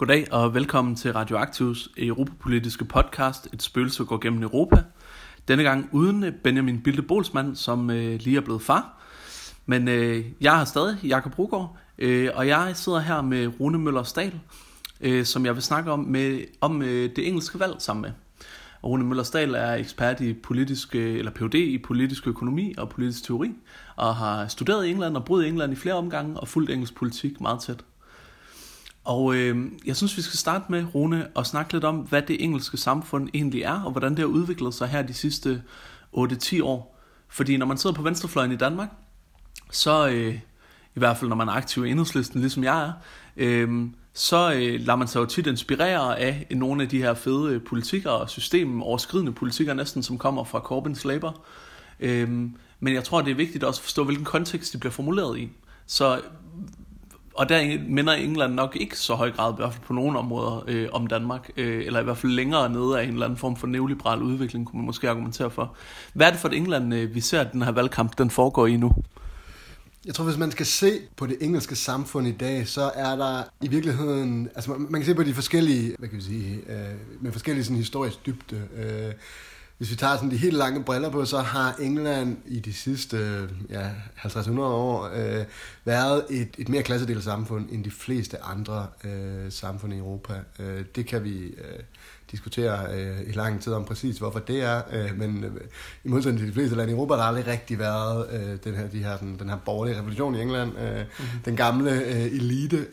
Goddag og velkommen til Radioaktivs europapolitiske podcast, Et spøgelse går gennem Europa. Denne gang uden Benjamin Bilde-Boltzmann, som lige er blevet far. Men jeg har stadig Jakob Brogaard, og jeg sidder her med Rune Møller-Stahl, som jeg vil snakke om det engelske valg sammen med. Og Rune Møller-Stahl er ekspert i Ph.D. i politisk økonomi og politisk teori, og har studeret i England og boet i England i flere omgange og fulgt engelsk politik meget tæt. Og jeg synes, vi skal starte med, Rune, at snakke lidt om, hvad det engelske samfund egentlig er, og hvordan det har udviklet sig her de sidste 8-10 år. Fordi når man sidder på venstrefløjen i Danmark, så i hvert fald når man er aktiv i Enhedslisten, ligesom jeg er, så lader man sig jo tit inspirere af nogle af de her fede politikker og systemoverskridende politikker næsten, som kommer fra Corbyns Labour. Men jeg tror, det er vigtigt også at forstå, hvilken kontekst de bliver formuleret i. Og der minder England nok ikke så høj grad, i hvert fald på nogle områder, om Danmark, eller i hvert fald længere nede af en eller anden form for neoliberal udvikling, kunne man måske argumentere for. Hvad er det for et England, vi ser, at den her valgkamp, den foregår i nu? Jeg tror, hvis man skal se på det engelske samfund i dag, så er der i virkeligheden, altså man kan se på de forskellige, med forskellige sådan historisk dybde. Hvis vi tager sådan de helt lange briller på, så har England i de sidste 50-100 år været et mere klassedelt samfund end de fleste andre samfund i Europa. Det kan vi diskutere i lang tid om præcis, hvorfor det er. Men i modsætning til de fleste lande i Europa, der har aldrig rigtig været den her borgerlige revolution i England. Den gamle elite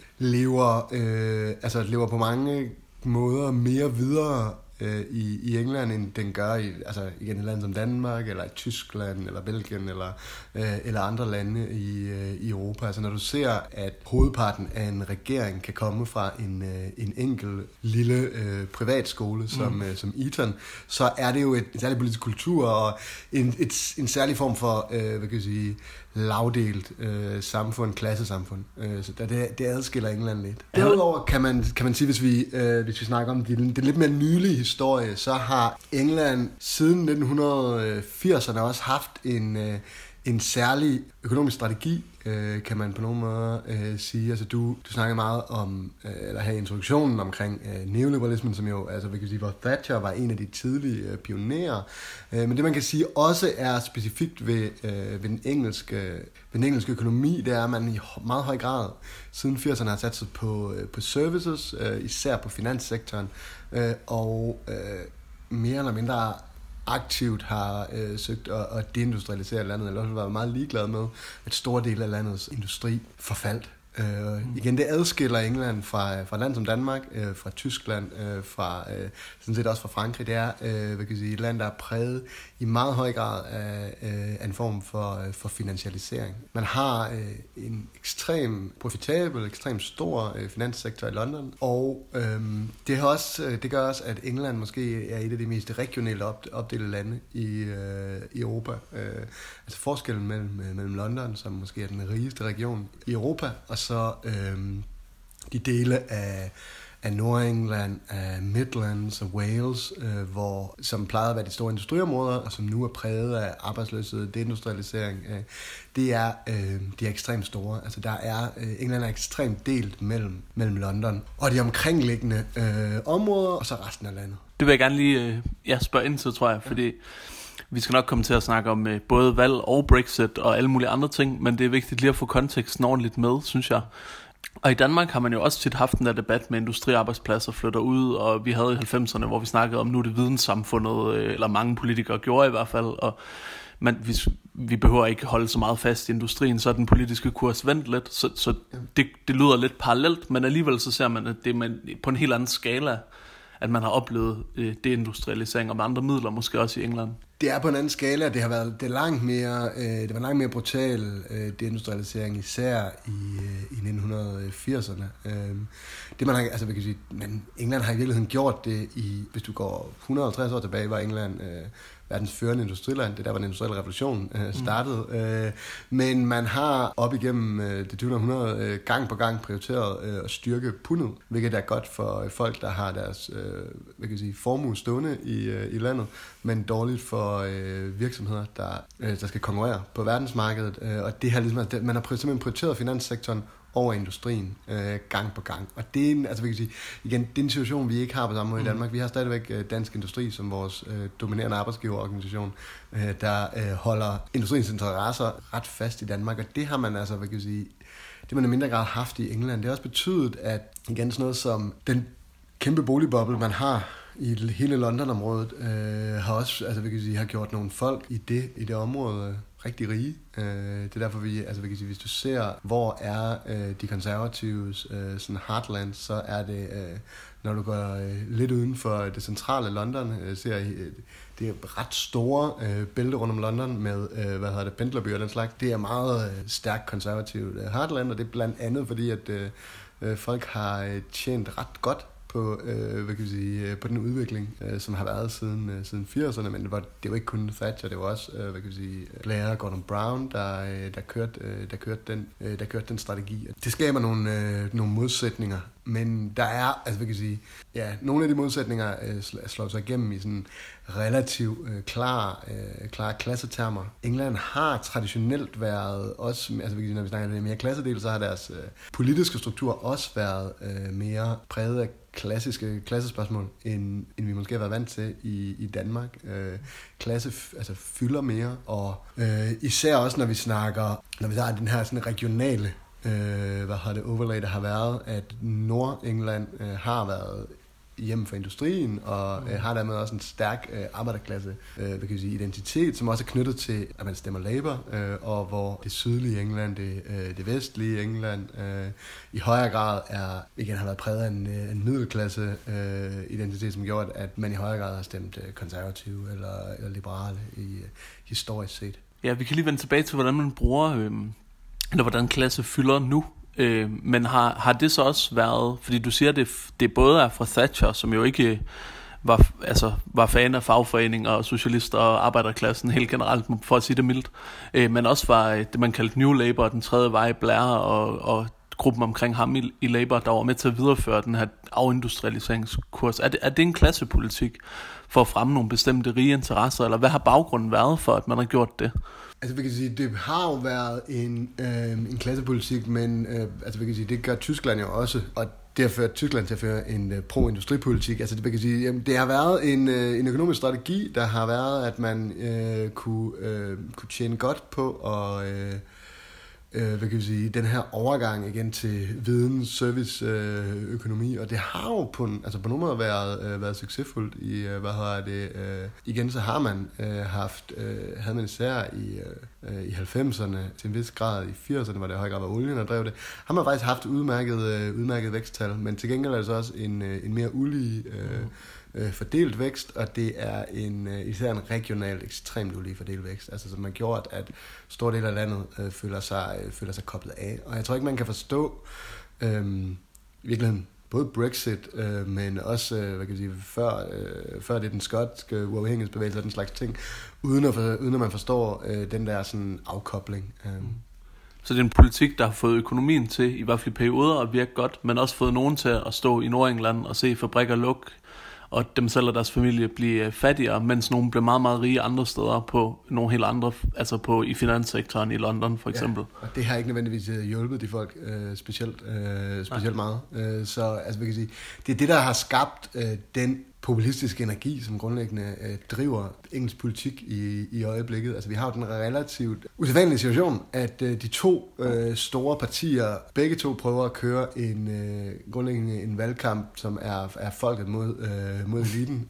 lever på mange måder mere videre i England, end den gør i et land som Danmark, eller i Tyskland, eller Belgien, eller andre lande i Europa. Altså når du ser, at hovedparten af en regering kan komme fra en enkel lille privatskole som Eton, så er det jo en særlig politisk kultur og en særlig form for, lavdelt samfund, klassesamfund. Så det adskiller England lidt. Derudover kan man sige, hvis vi snakker om den lidt mere nylige historie, så har England siden 1980'erne også haft en særlig økonomisk strategi, kan man på nogen måde sige. Altså du snakker meget om, eller her i introduktionen omkring neoliberalismen, som jo, hvor Thatcher var en af de tidlige pionerer. Men det man kan sige også er specifikt ved den engelske økonomi, det er, at man i meget høj grad siden 80'erne har sat sig på services, især på finanssektoren, og mere eller mindre aktivt har søgt at deindustrialisere landet, eller også været meget ligeglad med, at store dele af landets industri forfaldt. Igen, det adskiller England fra land som Danmark, fra Tyskland, sådan set også fra Frankrig. Det er et land, der er præget i meget høj grad af en form for finansialisering. Man har en ekstrem profitabel, ekstrem stor finanssektor i London, og det gør også, at England måske er et af de mest regionalt opdelte lande i Europa. Altså forskellen mellem London, som måske er den rigeste region i Europa, og så de dele af Nordengland, af Midlands og Wales, som plejede at være de store industriområder, og som nu er præget af arbejdsløshed, deindustrialisering, de er ekstremt store. Altså England er ekstremt delt mellem London og de omkringliggende områder, og så resten af landet. Det vil jeg gerne lige spørge ind til, tror jeg, fordi vi skal nok komme til at snakke om både valg og Brexit og alle mulige andre ting, men det er vigtigt lige at få konteksten ordentligt med, synes jeg. Og i Danmark har man jo også tit haft den der debat med industriarbejdspladser flytter ud, og vi havde i 90'erne, hvor vi snakkede om, nu er det videnssamfundet, eller mange politikere gjorde i hvert fald, vi behøver ikke holde så meget fast i industrien, så er den politiske kurs vendt lidt, så det lyder lidt parallelt, men alligevel så ser man, at det er på en helt anden skala, at man har oplevet deindustrialisering og med andre midler, måske også i England. Det er på en anden skala, det var langt mere brutal deindustrialisering, især i 1980'erne. Men England har i virkeligheden gjort det hvis du går 150 år tilbage, var England verdens førende industriland. Det der var den industrielle revolution startede. Men man har op igennem det 20. århundrede gang på gang prioriteret at styrke pundet, hvilket er godt for folk, der har deres formue stående i landet, men dårligt for virksomheder, der skal konkurrere på verdensmarkedet. Og det har man har simpelthen prioriteret finanssektoren over industrien gang på gang. Og det er altså, vi kan sige, igen, det er en situation, vi ikke har på samme måde i Danmark. Vi har stadigvæk Dansk Industri som vores dominerende arbejdsgiverorganisation, der holder industriens interesser ret fast i Danmark. Og det har man altså, hvad kan jeg sige, det man i mindre grad haft i England. Det har også betydet, at igen sådan noget som den kæmpe boligboble, man har i hele London-området, har også, altså vi kan sige, har gjort nogle folk i det område rigtig rige. Det er derfor vi, altså vi kan sige, hvis du ser, hvor er de konservatives sådan heartland, så er det, når du går lidt uden for det centrale London, ser det er ret store bælte rundt om London med, pendlerbyer og den slags. Det er meget stærkt konservativt heartland, og det er blandt andet fordi, at folk har tjent ret godt på, hvad kan vi sige, på den udvikling, som har været siden 80'erne, men det var jo ikke kun Thatcher, det var også, hvad kan vi sige, Blair og Gordon Brown, der kørte den strategi. Det skaber nogle modsætninger, men der er, altså hvad kan vi sige, ja, nogle af de modsætninger slår sig igennem i sådan relativt klare klassetermer. England har traditionelt været også, altså når vi snakker om mere klassedel, så har deres politiske struktur også været mere præget af klassiske klassespørgsmål, end vi måske har været vant til i Danmark. Klasse altså fylder mere, og især også når vi har den her sådan regionale overlay, der har været, at Nordengland har været hjem for industrien, og har dermed også en stærk arbejderklasse hvad kan vi sige, identitet, som også er knyttet til, at man stemmer Labour, og hvor det sydlige England, det vestlige England, i højere grad har været præget af en middelklasse identitet, som gjorde, at man i højere grad har stemt konservative eller liberale historisk set. Ja, vi kan lige vende tilbage til, hvordan man bruger, eller hvordan klasse fylder nu. Men har det så også været, fordi du siger, at det både er fra Thatcher, som jo ikke var fan af fagforeninger og socialister og arbejderklassen helt generelt, for at sige det mildt, men også var det, man kaldte New Labour, den tredje vej, Blair og gruppen omkring ham i Labour, der var med til at videreføre den her afindustrialiseringskurs. Er det en klassepolitik for at fremme nogle bestemte rige interesser, eller hvad har baggrunden været for, at man har gjort det? Altså vi kan sige, det har jo været en klassepolitik, men altså vi kan sige, det gør Tyskland jo også, og det har ført Tyskland til at føre en pro-industripolitik. Altså det, vi kan sige, jamen, det har været en økonomisk strategi, der har været, at man kunne tjene godt på og hvad kan vi sige, den her overgang igen til viden, service, økonomi, og det har jo på nogle måder været succesfuldt i, igen så har man havde man især i 90'erne, til en vis grad i 80'erne, hvor det i høj grad var olien, der drev det, har man faktisk haft udmærket væksttal, men til gengæld er det så også en mere ulige fordelt vækst, og det er især en regionalt ekstremt ulige fordelt vækst, altså som har gjort, at store dele af landet føler sig koblet af. Og jeg tror ikke, man kan forstå virkelig både Brexit, men også hvad kan jeg sige, før det er den skotske uafhængighedsbevægelse og den slags ting, uden at man forstår den der sådan afkobling. Så det er en politik, der har fået økonomien til, i hvert fald i perioder, at virke godt, men også fået nogen til at stå i Nordengland og se fabrikker lukke, og dem selv og deres familie blive fattigere, mens nogen bliver meget, meget rige andre steder på nogle helt andre, altså i finanssektoren i London for eksempel. Ja, og det har ikke nødvendigvis hjulpet de folk specielt meget. Så altså, vi kan sige, det er det, der har skabt den populistiske energi, som grundlæggende driver engelsk politik i øjeblikket. Altså vi har jo den relativt usædvanlige situation, at de to store partier, begge to prøver at køre grundlæggende en valgkamp, som er folket mod eliten.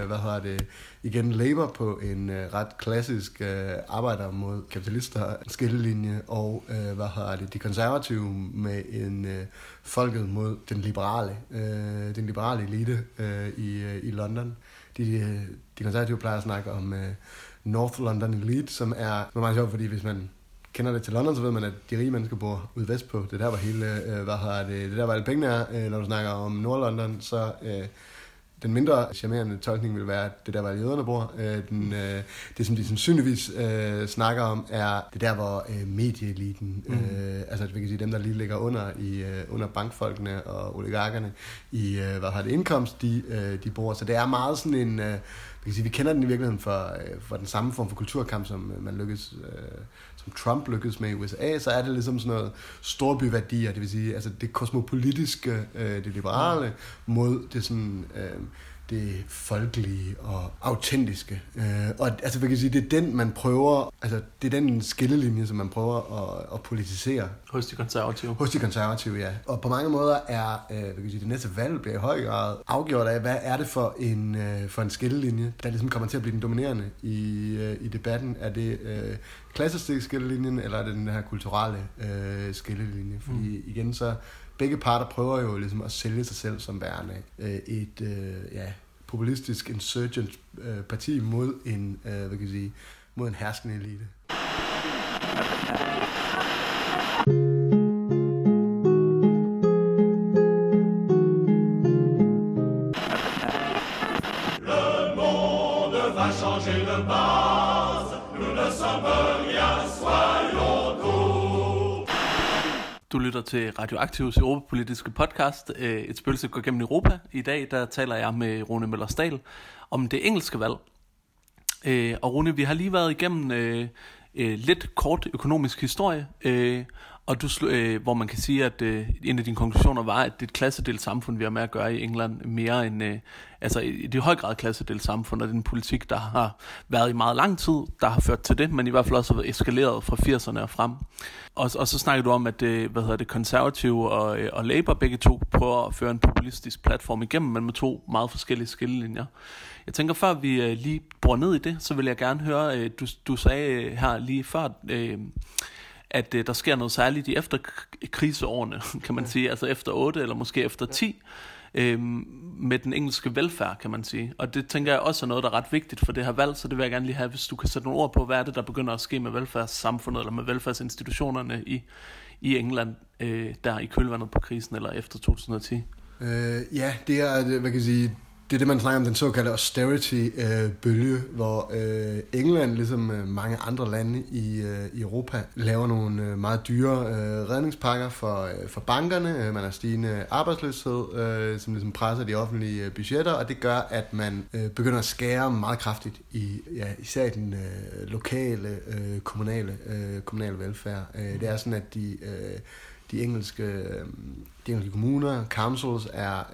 Igen Labour på en ret klassisk arbejder mod kapitalister skillelinje, og de konservative med en folket mod den liberale elite i London. De konservative plejer at snakke om North London Elite, som er meget sjovt, fordi hvis man kender det til London, så ved man, at de rige mennesker bor ude vestpå. Det der var hele, det der var alle pengene er. Når du snakker om Nordlondon, så den mindre charmerende tolkning vil være, at det der, hvor jøderne bor. Det, som de sandsynligvis snakker om, er det der, hvor medieeliten, altså vi kan sige, dem, der lige ligger under bankfolkene og oligarkerne i indkomst, de bor. Så det er meget sådan en, vi kender den i virkeligheden for den samme form for kulturkamp, som som Trump lykkedes med i USA, så er det ligesom sådan noget storbyværdier, det vil sige, altså det kosmopolitiske, det liberale, mod det sådan, det folkelige og autentiske. Og altså, vi kan sige, det er den, man prøver, altså det er den skillelinje, som man prøver at politisere. Hos de konservative. Hos de konservative, ja. Og på mange måder er, vi kan sige, det næste valg bliver i høj grad afgjort af, hvad er det for en skillelinje, der ligesom kommer til at blive den dominerende i debatten. Er det klassestik-skillelinjen, eller er det den her kulturelle skillelinje? Fordi igen så begge parter prøver jo ligesom at sælge sig selv som værende et populistisk insurgent parti mod en, mod en herskende elite. Le monde va changer de base, nous ne sommes rien, soyons tous. Du lytter til Radioaktivs europapolitiske podcast, et spøgelse går gennem Europa. I dag der taler jeg med Rune Møller-Stahl om det engelske valg. Og Rune, vi har lige været igennem lidt kort økonomisk historie, og hvor man kan sige, at en af dine konklusioner var, at det er et klassedelt samfund, vi har med at gøre i England, mere end, altså det er i høj grad klassedelt samfund, og det er en politik, der har været i meget lang tid, der har ført til det, men i hvert fald også har eskaleret fra 80'erne og frem. Og så snakker du om, at konservative og Labour begge to prøver at føre en populistisk platform igennem, men med to meget forskellige skillelinjer. Jeg tænker, før vi lige borer ned i det, så vil jeg gerne høre, du sagde her lige før, at der sker noget særligt i efterkriseårene, kan man sige, altså efter 8 eller måske efter 10, med den engelske velfærd, kan man sige. Og det tænker jeg også er noget, der er ret vigtigt for det her valg, så det vil jeg gerne lige have, hvis du kan sætte nogle ord på, hvad er det, der begynder at ske med velfærdssamfundet, eller med velfærdsinstitutionerne i England, der i kølvandet på krisen, eller efter 2010. Ja, det er, hvad kan jeg sige, det er det, man snakker om, den såkaldte austerity-bølge, hvor England, ligesom mange andre lande i Europa, laver nogle meget dyre redningspakker for bankerne. Man har stigende arbejdsløshed, som ligesom presser de offentlige budgetter, og det gør, at man begynder at skære meget kraftigt især i den lokale, kommunale velfærd. Det er sådan, at de engelske kommuner, councils,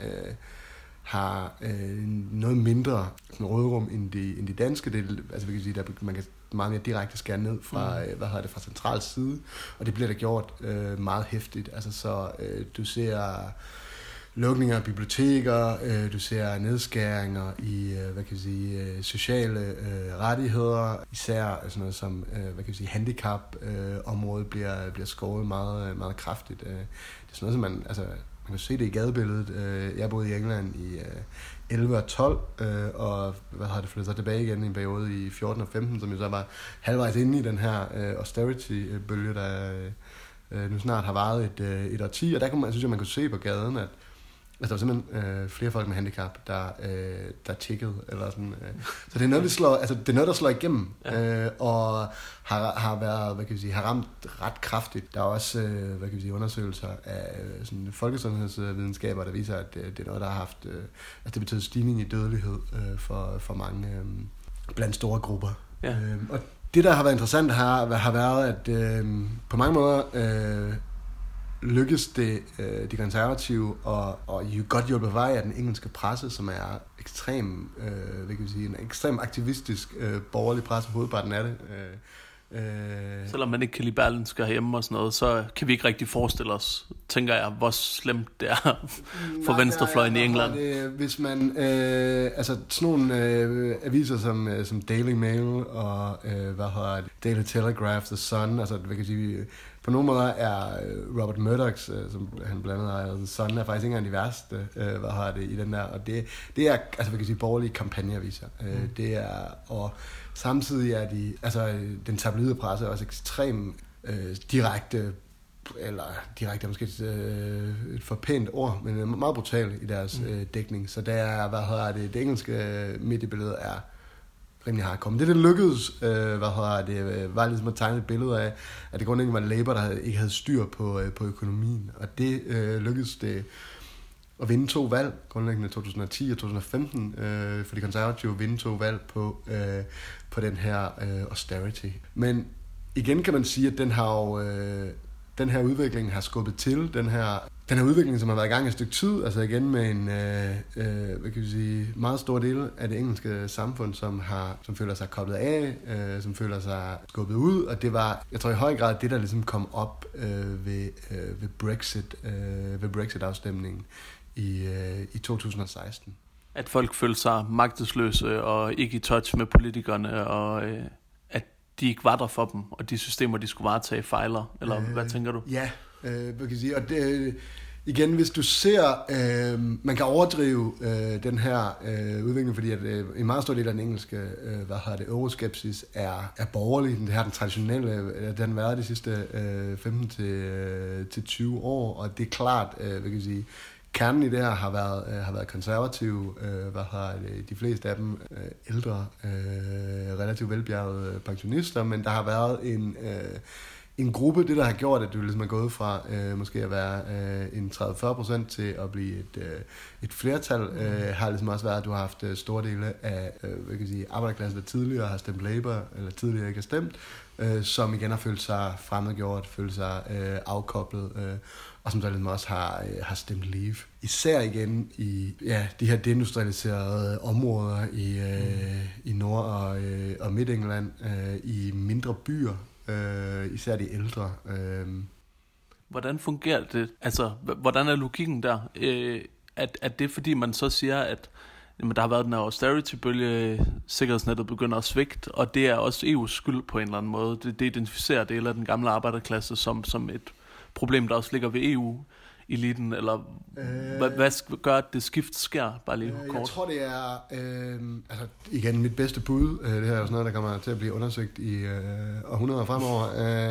har noget mindre råderum end de danske. Det, altså vi kan sige, man kan meget mere direkte skære ned fra fra central side, og det bliver der gjort meget hæftigt. Altså så du ser lukninger af biblioteker, du ser nedskæringer i sociale rettigheder, især sådan noget som handicapområdet bliver skåret meget meget kraftigt. Det er sådan noget, som man kan se det i gadebilledet. Jeg boede i England i 11 og 12, og flyttet så tilbage igen i en periode i 14 og 15, som jo så var halvvejs inde i den her austerity-bølge, der nu snart har varet et årti. Og der synes jeg, man kunne se på gaden, at der var simpelthen flere folk med handicap, der tikkede, eller sådan. Så det er noget, der slår igennem, og har været, har ramt ret kraftigt. Der er også, undersøgelser af sådan folkesundhedsvidenskaber, der viser, at det er noget, der har haft, at det betyder stigning i dødelighed for mange blandt store grupper. Ja. Og det, der har været interessant, har været, at på mange måder lykkes det de konservative og godt hjulpet på vej af den engelske presse, som er ekstrem, en ekstrem aktivistisk borgerlig presse, hovedparten af det. Selvom man ikke kan lide Berlingske herhjemme og sådan noget, så kan vi ikke rigtig forestille os, tænker jeg, hvor slemt det er for venstrefløjen i England. Hvis man, sådan nogle aviser som Daily Mail og Daily Telegraph, The Sun, altså hvad kan jeg sige, på nogle måder er Robert Murdochs, som han blandt andet ejer, The Sun, er faktisk ikke engang de værste, i den der, og det er, altså hvad kan jeg sige, borgerlige kampagneaviser. Det er, og samtidig er den tabloide presse også ekstremt direkte, eller direkte er måske et for pænt ord, men meget brutal i deres dækning. Så der er, det engelske mediebillede er rimelig hardcore. Det lykkedes, var ligesom at tegne et billede af, at det grundlæggende var Labour, der ikke havde styr på økonomien. Og det lykkedes det at vinde 2 valg, grundlæggende 2010 og 2015, for de konservative at vinde 2 valg på den her austerity. Men igen kan man sige, at den her udvikling har skubbet til, den her udvikling, som har været i gang et stykke tid, altså igen med en hvad kan vi sige, meget stor del af det engelske samfund, som føler sig koblet af, som føler sig skubbet ud, og det var, jeg tror i høj grad, det der ligesom kom op ved Brexit-afstemningen i 2016. At folk følte sig magtesløse og ikke i touch med politikerne, og at de ikke var der for dem, og de systemer, de skulle varetage, fejler, eller hvad tænker du? Ja, hvad kan jeg sige, og det, igen, hvis du ser, man kan overdrive den her udvikling, fordi at en meget stor del af den engelske, euroskepsis er borgerlig. Det her den traditionelle, den har været de sidste 15-20 år, og det er klart, hvad kan jeg sige, kernen i det her har været konservative, de fleste af dem ældre, relativt velbjergede pensionister, men der har været en gruppe, det der har gjort, at du ligesom er gået fra måske at være en 30-40% til at blive et flertal, har ligesom også været, at du har haft store dele af hvad kan jeg sige, arbejderklassen, der tidligere har stemt Labour, eller tidligere ikke har stemt, som igen har følt sig fremmedgjort, følt sig afkoblet, og som der ligesom også har stemt Leave. Især igen i de her deindustrialiserede områder i Nord- og Midt-England, i mindre byer, især de ældre. Hvordan fungerer det? Altså, hvordan er logikken der? At det fordi man så siger, at jamen, der har været den her austerity-bølge, sikkerhedsnettet begynder at svigte, og det er også EU's skyld på en eller anden måde. Det identificerer dele af den gamle arbejderklasse som et problem, der også ligger ved EU-eliten, eller hvad gør, at det skift sker? Bare lige kort. Jeg tror, det er altså igen mit bedste bud. Det her er jo sådan noget, der kommer til at blive undersøgt i århundreder fremover.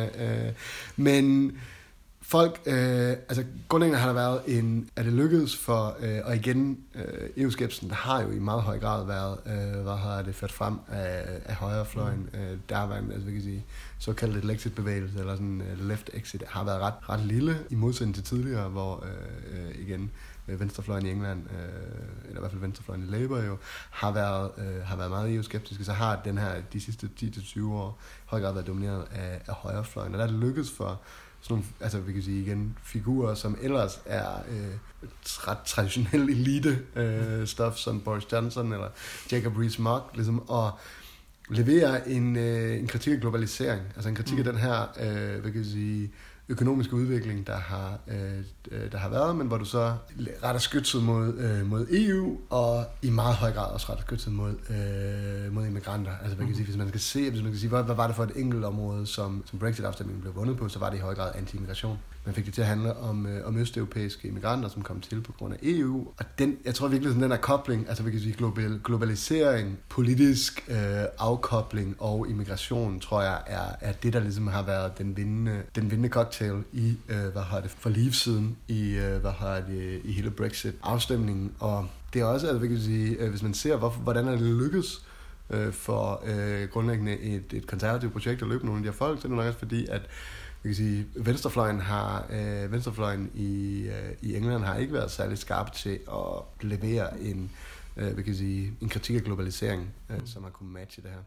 Men folk, altså grundlæggende har der været er det lykkedes for, og igen, EU-skepsen har jo i meget høj grad været, ført frem af højrefløjen. Der har været, altså vi kan sige, såkaldt Lexit-bevægelse, eller sådan left exit, har været ret lille, i modsætning til tidligere, hvor igen, venstrefløjen i England, eller i hvert fald venstrefløjen i Labour jo, har været meget EU-skeptiske, så har den her de sidste 10-20 år høj grad været domineret af højrefløjen, og der er det lykkedes for sådan nogle, altså vi kan sige igen, figurer, som ellers er ret traditionel elite stof, som Boris Johnson eller Jacob Rees-Mogg, ligesom at levere en kritik af globalisering, altså en kritik af den her, hvad kan jeg sige, økonomiske udvikling, der har været, men hvor du så retter skytset mod EU, og i meget høj grad også retter skytset mod immigranter. Altså hvad kan sige, hvis man skal sige, hvad var det for et enkelt område, som Brexit-afstemningen blev vundet på, så var det i høj grad anti-immigration. Man fik det til at handle om østeuropæiske immigranter, som kom til på grund af EU. Og jeg tror virkelig, sådan den her kobling, altså vi kan sige globalisering, politisk afkobling og immigration, tror jeg, er det, der ligesom har været den vindende cocktail i, for Leave-siden, i hele Brexit-afstemningen. Og det er også, altså vi kan sige, hvis man ser, hvordan er det lykkes for grundlæggende et konservativt projekt at løbe nogle af de her folk, så er det nok også fordi, at vi kan sige, venstrefløjen i England har ikke været særlig skarp til at levere en kritik af globalisering, som har kunnet matche det her.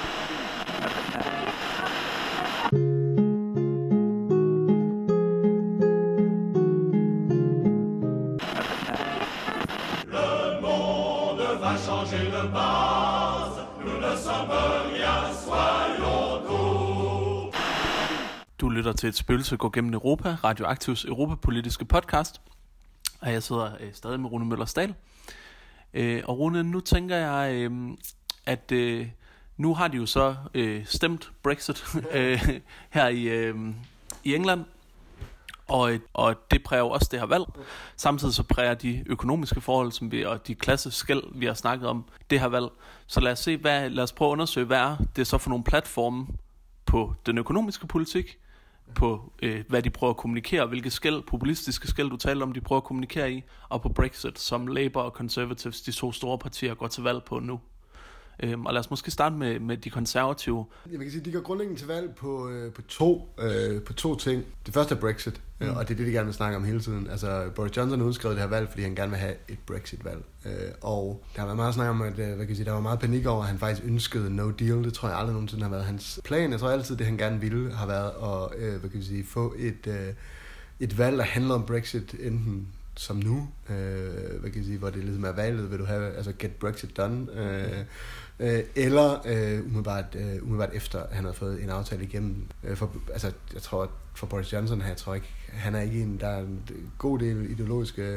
Le monde va changer de base, nous ne sommes rien, soyons tous. Du lytter til Et spøgelse går gennem Europa, Radioaktivs europapolitiske podcast, og jeg sidder stadig med Rune Møller-Stahl. Og Rune, nu tænker jeg, at nu har de jo så stemt Brexit her i England, og det præger jo også det her valg. Samtidig så præger de økonomiske forhold, og de klasseskel, vi har snakket om, det her valg. Så lad os prøve at undersøge, hvad er det så for nogle platforme på den økonomiske politik, på hvad de prøver at kommunikere, hvilke populistiske skel du taler om, de prøver at kommunikere i, og på Brexit, som Labour og Conservatives, de to store partier, går til valg på nu. Og lad os måske starte med de konservative. Jeg kan sige, de går grundlæggende til valg på to ting. Det første er Brexit, og det er det, de gerne vil snakke om hele tiden. Altså, Boris Johnson har udskrevet det her valg, fordi han gerne vil have et Brexit-valg. Og der har været meget snak om, at der var meget panik over, at han faktisk ønskede no deal. Det tror jeg aldrig nogensinde har været hans plan. Jeg tror altid, det han gerne ville har været at få et valg, der handler om Brexit, enten som nu, hvor det ligesom er valget, vil du have, altså get Brexit done, eller umiddelbart efter, han havde fået en aftale igennem. Jeg tror, for Boris Johnson, han er ikke en, der er en god del ideologiske,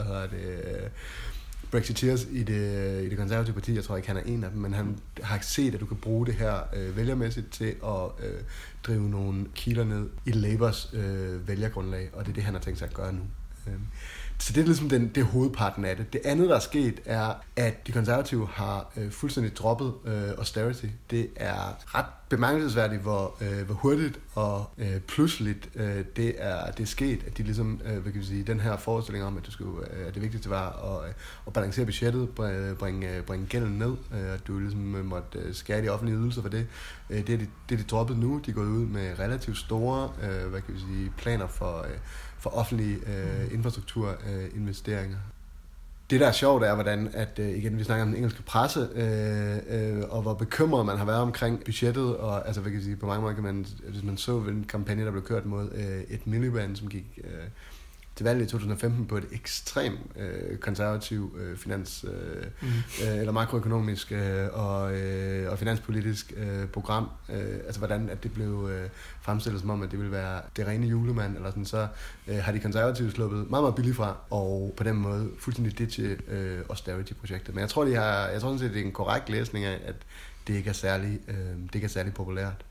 Brexiteers i det konservative parti. Jeg tror ikke, han er en af dem, men han har set, at du kan bruge det her vælgermæssigt til at drive nogle kilder ned i Labours vælgergrundlag, og det er det, han har tænkt sig at gøre nu. Så det er ligesom det er hovedparten af det. Det andet, der er sket, er, at de konservative har fuldstændig droppet austerity. Det er ret bemærkelsesværdigt, hvor hurtigt og pludseligt det er sket, at de ligesom, den her forestilling om, at det vigtigste var at balancere budgettet, bringe gælden ned, at du ligesom måtte skære de offentlige ydelser for det. Det er de droppet nu. De er gået ud med relativt store planer for offentlige infrastrukturinvesteringer. Det, der er sjovt, er, hvordan at, igen, vi snakker om den engelske presse, og hvor bekymret man har været omkring budgettet, og altså, på mange måder kan man, hvis man så en kampagne, der blev kørt mod et Miliband, som gik til valget i 2015 på et ekstremt konservativ finans eller makroøkonomisk og finanspolitisk program, altså hvordan at det blev fremstillet som om, at det ville være det rene julemand, eller sådan, så har de konservative sluppet meget, meget billigt fra, og på den måde fuldstændig ditche austerity-projektet. Men jeg tror sådan set, det er en korrekt læsning af, at det ikke er særlig populært.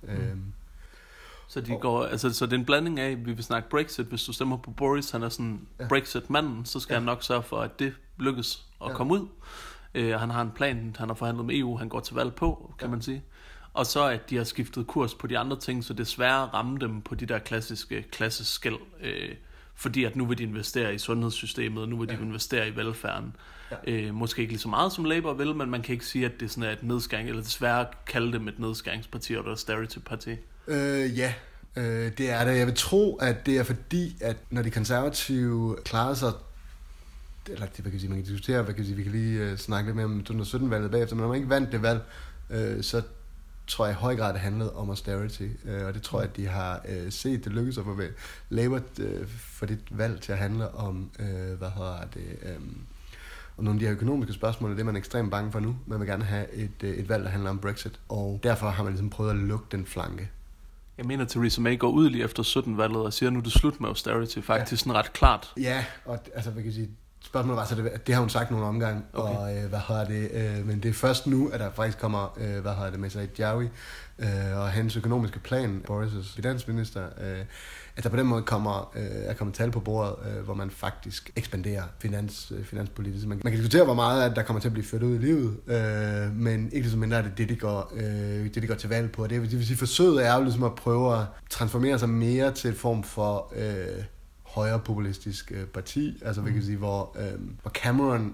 Så så det er en blanding af, vi vil snakke Brexit. Hvis du stemmer på Boris, han er sådan Brexit-manden, så skal han nok sørge for, at det lykkes at komme ud. Han har en plan, han har forhandlet med EU, han går til valg på, kan man sige. Og så at de har skiftet kurs på de andre ting, så det er sværere at ramme dem på de der klassiske klasseskel. Fordi at nu vil de investere i sundhedssystemet, nu vil de investere i velfærden. Måske ikke lige så meget som Labour vil, men man kan ikke sige, at det er sådan et nedskæring, eller desværre kalde dem et nedskæringsparti eller et austerity-parti. Det er det. Jeg vil tro, at det er fordi, at når de konservative klarer sig, eller man kan diskutere, vi kan lige snakke lidt mere om 2017-valget bagefter, men når man ikke vandt det valg, så tror jeg i høj grad, det handlede om austerity, og det tror jeg, at de har set, det lykkedes at få Labour for det valg til at handle om, om nogle af de her økonomiske spørgsmål, det er man ekstremt bange for nu. Man vil gerne have et valg, der handler om Brexit, og derfor har man ligesom prøvet at lukke den flanke. Jeg mener, Theresa May går ud lige efter 17-valget og siger, nu er det slut med austerity, faktisk sådan ret klart. Ja, og altså, hvad kan jeg sige, spørgsmålet var så, det har hun sagt nogle omgange, okay. Og men det er først nu, at der faktisk kommer, Messeret Jawi og hans økonomiske plan, Boris' finansminister, at der på den måde er kommet tal på bordet, hvor man faktisk ekspanderer finanspolitisk. Man kan diskutere, hvor meget at der kommer til at blive ført ud i livet, men ikke så mindre er det de går til valg på. Det vil sige, forsøget er jo ligesom at prøve at transformere sig mere til en form for højre populistisk parti, altså hvor Cameron,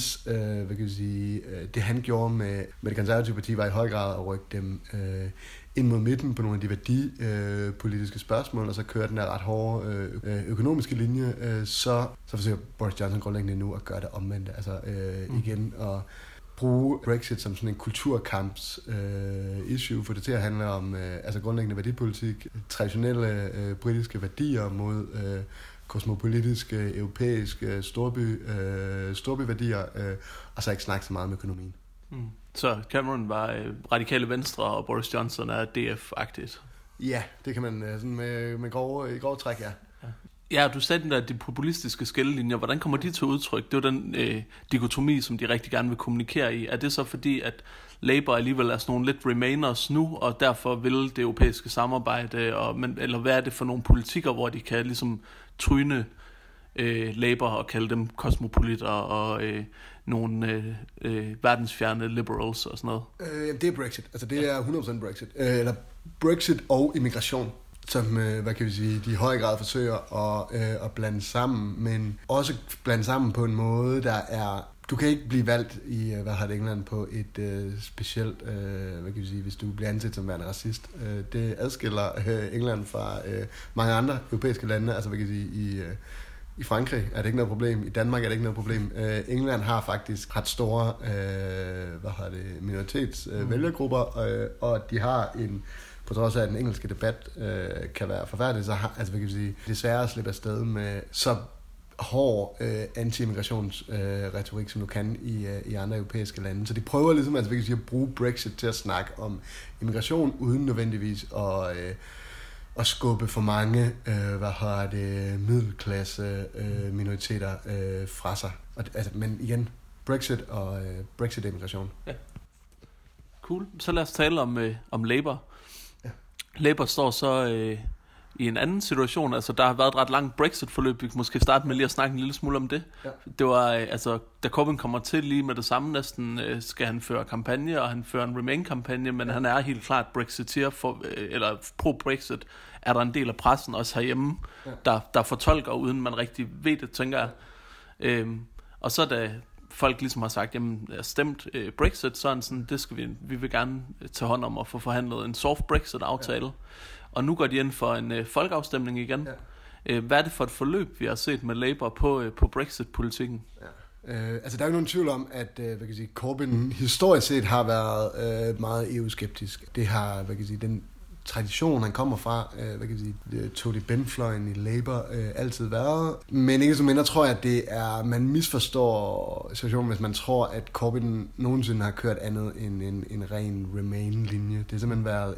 det han gjorde med det konservative parti, var i høj grad at rykke dem ind mod midten på nogle af de værdipolitiske spørgsmål, og så kører den der ret hårde økonomiske linje, så forsøger Boris Johnson grundlæggende nu at gøre det omvendt, altså igen at bruge Brexit som sådan en kulturkamps issue, for det til at handle om grundlæggende værdipolitik, traditionelle britiske værdier mod kosmopolitiske, europæiske storbyværdier, og så ikke snakke så meget om økonomien. Så Cameron var radikale venstre, og Boris Johnson er DF-agtigt? Ja, det kan man sådan med grove træk, ja. Ja, du sagde den der de populistiske skillelinjer. Hvordan kommer de til udtryk? Det er jo den dikotomi, som de rigtig gerne vil kommunikere i. Er det så fordi, at Labour alligevel er sådan nogle lidt remainers nu, og derfor vil det europæiske samarbejde, eller hvad er det for nogle politikker, hvor de kan ligesom tryne Labour og kalde dem kosmopolitter og nogle verdensfjerne liberals og sådan noget? Det er Brexit. Altså det er 100% Brexit. Eller Brexit og immigration, som de i høj grad forsøger at blande sammen, men også blande sammen på en måde, der er du kan ikke blive valgt i England på et specielt, hvad kan vi sige, hvis du bliver anset som værende racist. Det adskiller England fra mange andre europæiske lande, altså hvad kan jeg sige, i Frankrig er det ikke noget problem, i Danmark er det ikke noget problem. England har faktisk ret store minoritetsvælgergrupper, og de har på trods af at den engelske debat kan være forfærdelig, så har, altså hvad kan vi sige, det er svært at slippe afsted med så hård anti-immigrationsretorik, som du kan i andre europæiske lande. Så de prøver ligesom altså, at bruge Brexit til at snakke om immigration, uden nødvendigvis at skubbe for mange middelklasse minoriteter fra sig. Men igen, Brexit og Brexit-immigration. Ja. Cool. Så lad os tale om Labour. Ja. Labour står så i en anden situation. Altså, der har været et ret langt Brexit-forløb. Vi kan måske starte med lige at snakke en lille smule om det. Ja. Det var, da Corbyn kommer til lige med det samme næsten, skal han føre kampagne, og han fører en Remain-kampagne, men han er helt klart Brexiteer, eller pro-Brexit, er der en del af pressen, også herhjemme, der fortolker, uden man rigtig ved det, tænker jeg. Og så da folk ligesom har sagt, jamen, stemt Brexit, så er sådan, det skal vi vil gerne tage hånd om at få forhandlet en soft Brexit-aftale. Ja. Og nu går de ind for en folkeafstemning igen. Ja. Hvad er det for et forløb, vi har set med Labour på Brexit-politikken? Ja. Altså, der er jo nogen tvivl om, at Corbyn historisk set har været meget EU-skeptisk. Det har, den tradition, han kommer fra, Tory Benn-fløjen i Labour, altid været. Men ikke så mindre tror jeg, at man misforstår situationen, hvis man tror, at Corbyn nogensinde har kørt andet end en ren Remain-linje. Det har simpelthen været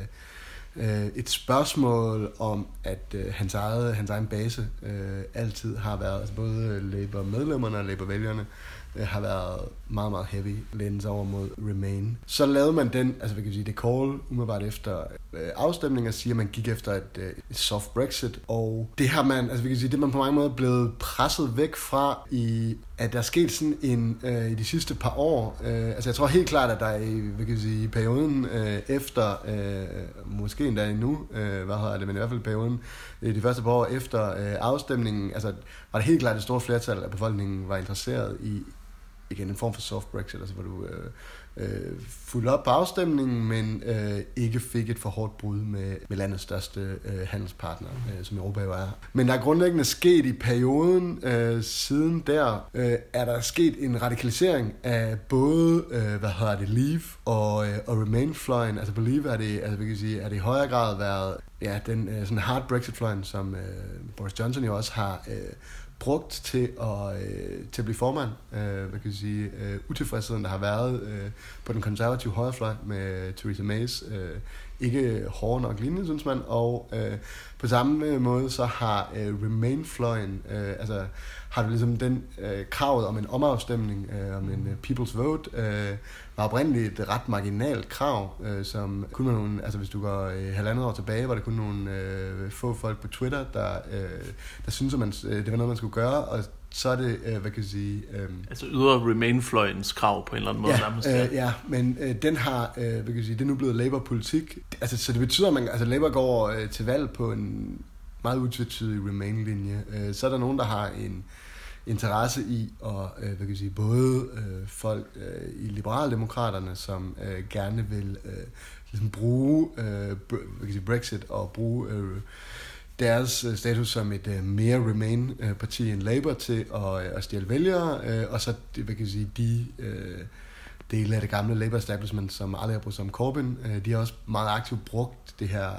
et spørgsmål om, at hans egen base altid har været, altså både Labour-medlemmerne og Labour-vælgerne, har været meget, meget heavy læns over mod Remain. Så lavede man den, altså hvad kan vi sige, det call umiddelbart efter afstemningen, og siger, at man gik efter et soft Brexit, og det har man, altså vi kan sige, det man på mange måder blevet presset væk fra, at der er sket sådan i de sidste par år. Altså jeg tror helt klart, at der i perioden efter, måske endda endnu, men i hvert fald perioden, de første par år efter afstemningen, altså var det helt klart et stort flertal af befolkningen var interesseret i igen en form for soft Brexit, altså hvor du fulgte op på afstemningen, men ikke fik et for hårdt brud med landets største handelspartner, som Europa jo er. Men der er grundlæggende sket i perioden siden der, er der sket en radikalisering af både Leave og Remain-fløjen. Altså på Leave er det i højere grad været den sådan hard Brexit-fløjen, som Boris Johnson jo også har brugt til at blive formand. Utilfredsheden, der har været på den konservative højrefløj med Theresa Mays ikke hård nok linje, synes man, og på samme måde så har Remain-fløjen, har du ligesom den kravet om en omafstemning, om en people's vote, var oprindeligt et ret marginalt krav, som kun var nogle, altså hvis du går 1,5 år tilbage, var det kun nogle få folk på Twitter, der synes, at det var noget, man skulle gøre, og så er det, altså ydre Remain-fløjens krav på en eller anden måde nærmest. Men den har, det er nu blevet Labour-politik. Altså, så det betyder, at Labour går til valg på en meget utvetydig Remain-linje. Så er der nogen, der har en interesse i, og både folk i liberaldemokraterne, som gerne vil ligesom bruge Brexit og bruge deres status som et mere Remain-parti end Labour til at stjæle vælgere, og så de dele af det gamle Labour-establishment, som aldrig har brugt sig om Corbyn, de har også meget aktivt brugt det her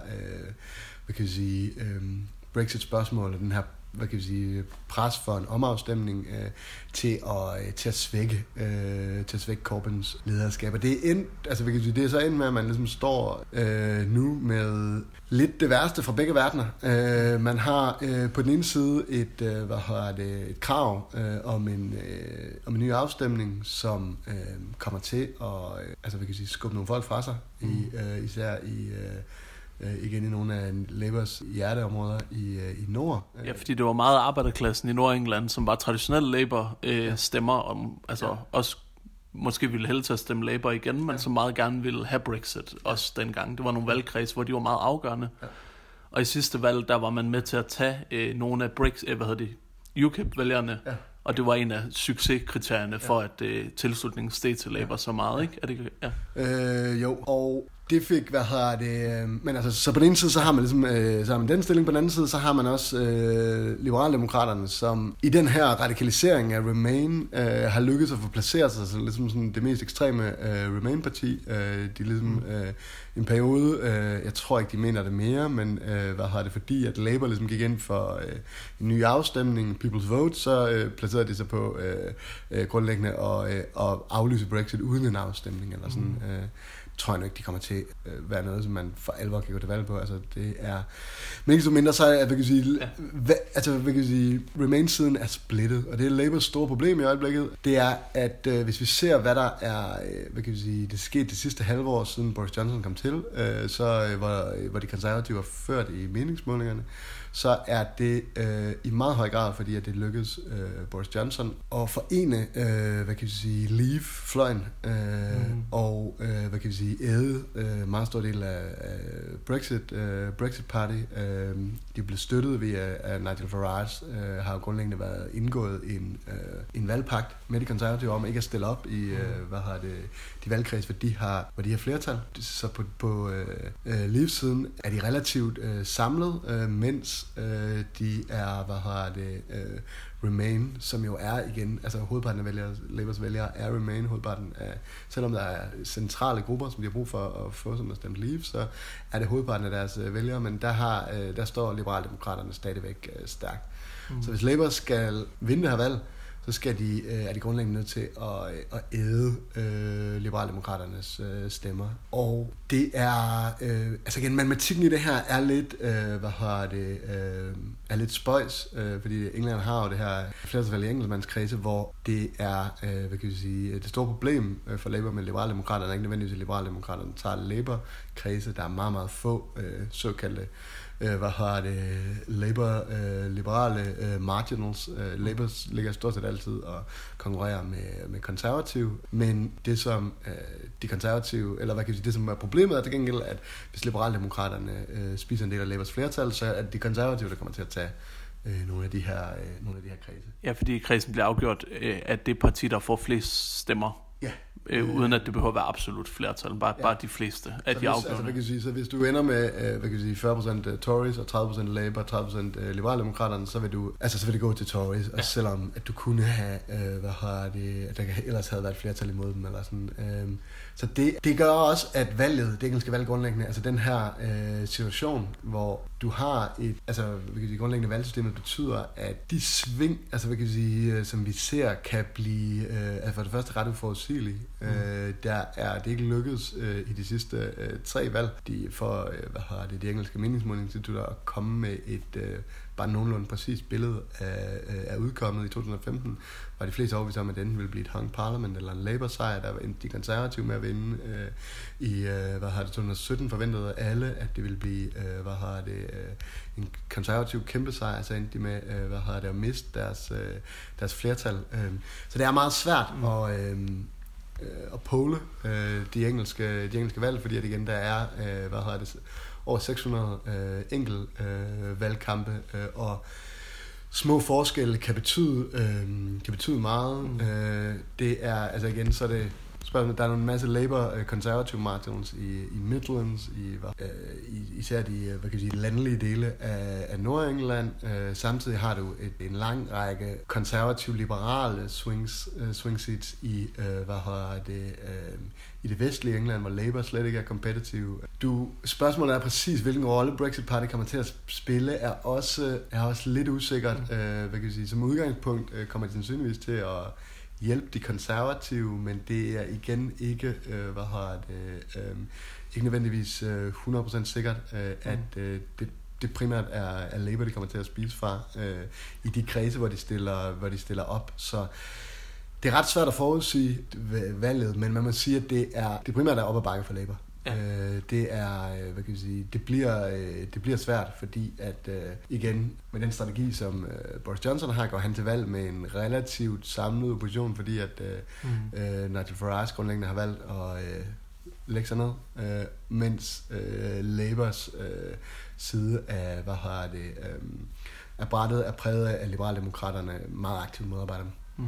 Brexit-spørgsmål, og den her pres for en omafstemning til at svække Corbyns lederskab. Og det er så endt med, at man ligesom står nu med lidt det værste fra begge verdener. Man har på den ene side et krav om en ny afstemning, som kommer til at skubbe nogle folk fra sig, især igen i nogle af Labours hjerteområder i nord. Ja, fordi det var meget arbejderklassen i Nordengland, som var traditionelle Labour-stemmer, også måske ville hellere til at stemme Labour igen, men som meget gerne ville have Brexit også dengang. Det var nogle valgkreds, hvor de var meget afgørende. Ja. Og i sidste valg, der var man med til at tage nogle af UKIP-vælgerne Og det var en af succeskriterierne for, at tilslutningen steg til Labour så meget, ikke? Er det, Jo, og det fik, men altså, så på den ene side, så har man ligesom, så har man den stilling, på den anden side, så har man også Liberaldemokraterne, som i den her radikalisering af Remain, har lykkedes at få placeret sig som ligesom sådan det mest ekstreme Remain-parti. De ligesom en periode, jeg tror ikke, de mener det mere, men fordi at Labour ligesom gik ind for en ny afstemning, People's Vote, så placerede de sig på grundlæggende og aflyse Brexit uden en afstemning, eller sådan. Tror jeg nok, de kommer til at være noget, som man for alvor kan gå til valg på. Altså, det er... Men ikke så mindre, så er, vi kan sige, Remain-siden er splittet, og det er Labours store problem i øjeblikket. Det er, at hvis vi ser, hvad der er, det skete det sidste halve år, siden Boris Johnson kom til, hvor de konservative var ført i meningsmålingerne, så er det i meget høj grad, fordi at det lykkedes Boris Johnson at forene, Leave-fløjen og, æde meget stor del af Brexit Party. De blev støttet ved, at Nigel Farage har jo grundlæggende været indgået en valgpagt med de konservative om ikke at stille op i, de valgkreds, hvor de har flertal. Så på Leave-siden er de relativt samlet, mens de er, Remain, som jo er igen, altså hovedparten af Labours vælgere er Remain, hovedparten af, selvom der er centrale grupper, som de har brug for at få, som der stemt Leave, så er det hovedparten af deres vælgere, men der står Liberaldemokraterne stadigvæk stærkt. Så hvis Labour skal vinde det her valg, så er de grundlæggende nødt til at æde Liberaldemokraternes stemmer. Og det er, igen, matematikken i det her er lidt, er lidt spøjs, fordi England har jo det her flertal i enkeltmandskredse, hvor det er, det store problem for Labour med Liberaldemokraterne, ikke nødvendigvis at Liberaldemokraterne tager Labour-kredse, der er meget, meget få såkaldte liberale marginals. Labour ligger stort set altid og konkurrerer med konservative, men det som de konservative, eller det som er problemet er til gengæld, at hvis liberaldemokraterne spiser en del af Labours flertal, så er det de konservative, der kommer til at tage nogle af de her kredse. Ja, fordi kredsen bliver afgjort af det parti, der får flest stemmer. Ja. Uden at det behøver at være absolut flertal, bare de fleste af de afgørende. Så hvis du ender med 40% Tories og 30% Labour, 30% Liberaldemokraterne, så vil det gå til Tories, og selvom at du kunne have, at der ellers havde været flertal imod dem, eller sådan. Så det gør også, at det engelske valg grundlæggende, altså den her situation, hvor du har grundlæggende valgsystemet betyder, at de sving, som vi ser, kan blive, for det første ret uforudsigelige. Det er ikke lykkedes i de sidste 3 valg, de engelske meningsmålingsinstitutter at komme med et bare nogenlunde præcist billede af udkommet i 2015, var de fleste overbevist om, at enten ville blive et hung parliament eller en Labour-sejr, der var de konservative med at vinde. I 2017 forventede alle, at det ville blive en konservativ kæmpe sejr, så endte de med at miste deres flertal. Så det er meget svært at pole de engelske valg, fordi at igen der er over 600 valgkampe, og små forskelle kan betyde meget. Det er igen, så er det spørgsmålet, der er en masse Labour-konservative margins i Midlands, især de landlige dele af Nordengland. Samtidig har du en lang række konservative-liberale swing seats i det vestlige England, hvor Labour slet ikke er competitive. Spørgsmålet er præcis, hvilken rolle Brexit Party kommer til at spille, er også lidt usikkert. Som udgangspunkt kommer de sandsynligvis til at hjælpe de konservative, men det er igen ikke, ikke nødvendigvis 100% sikkert, at det primært er Labour, de kommer til at spise fra i de kredse, hvor de stiller op. Så det er ret svært at forudsige valget, men man må sige, at det primært er op ad bakke for Labour. Ja. Det er, det bliver svært, fordi at igen med den strategi, som Boris Johnson har, går han til valg med en relativt samlet opposition, fordi at Nigel Farage grundlæggende har valgt at lægge sig ned, mens Labours side af at brættet er præget af liberaldemokraterne meget aktivt medarbejder.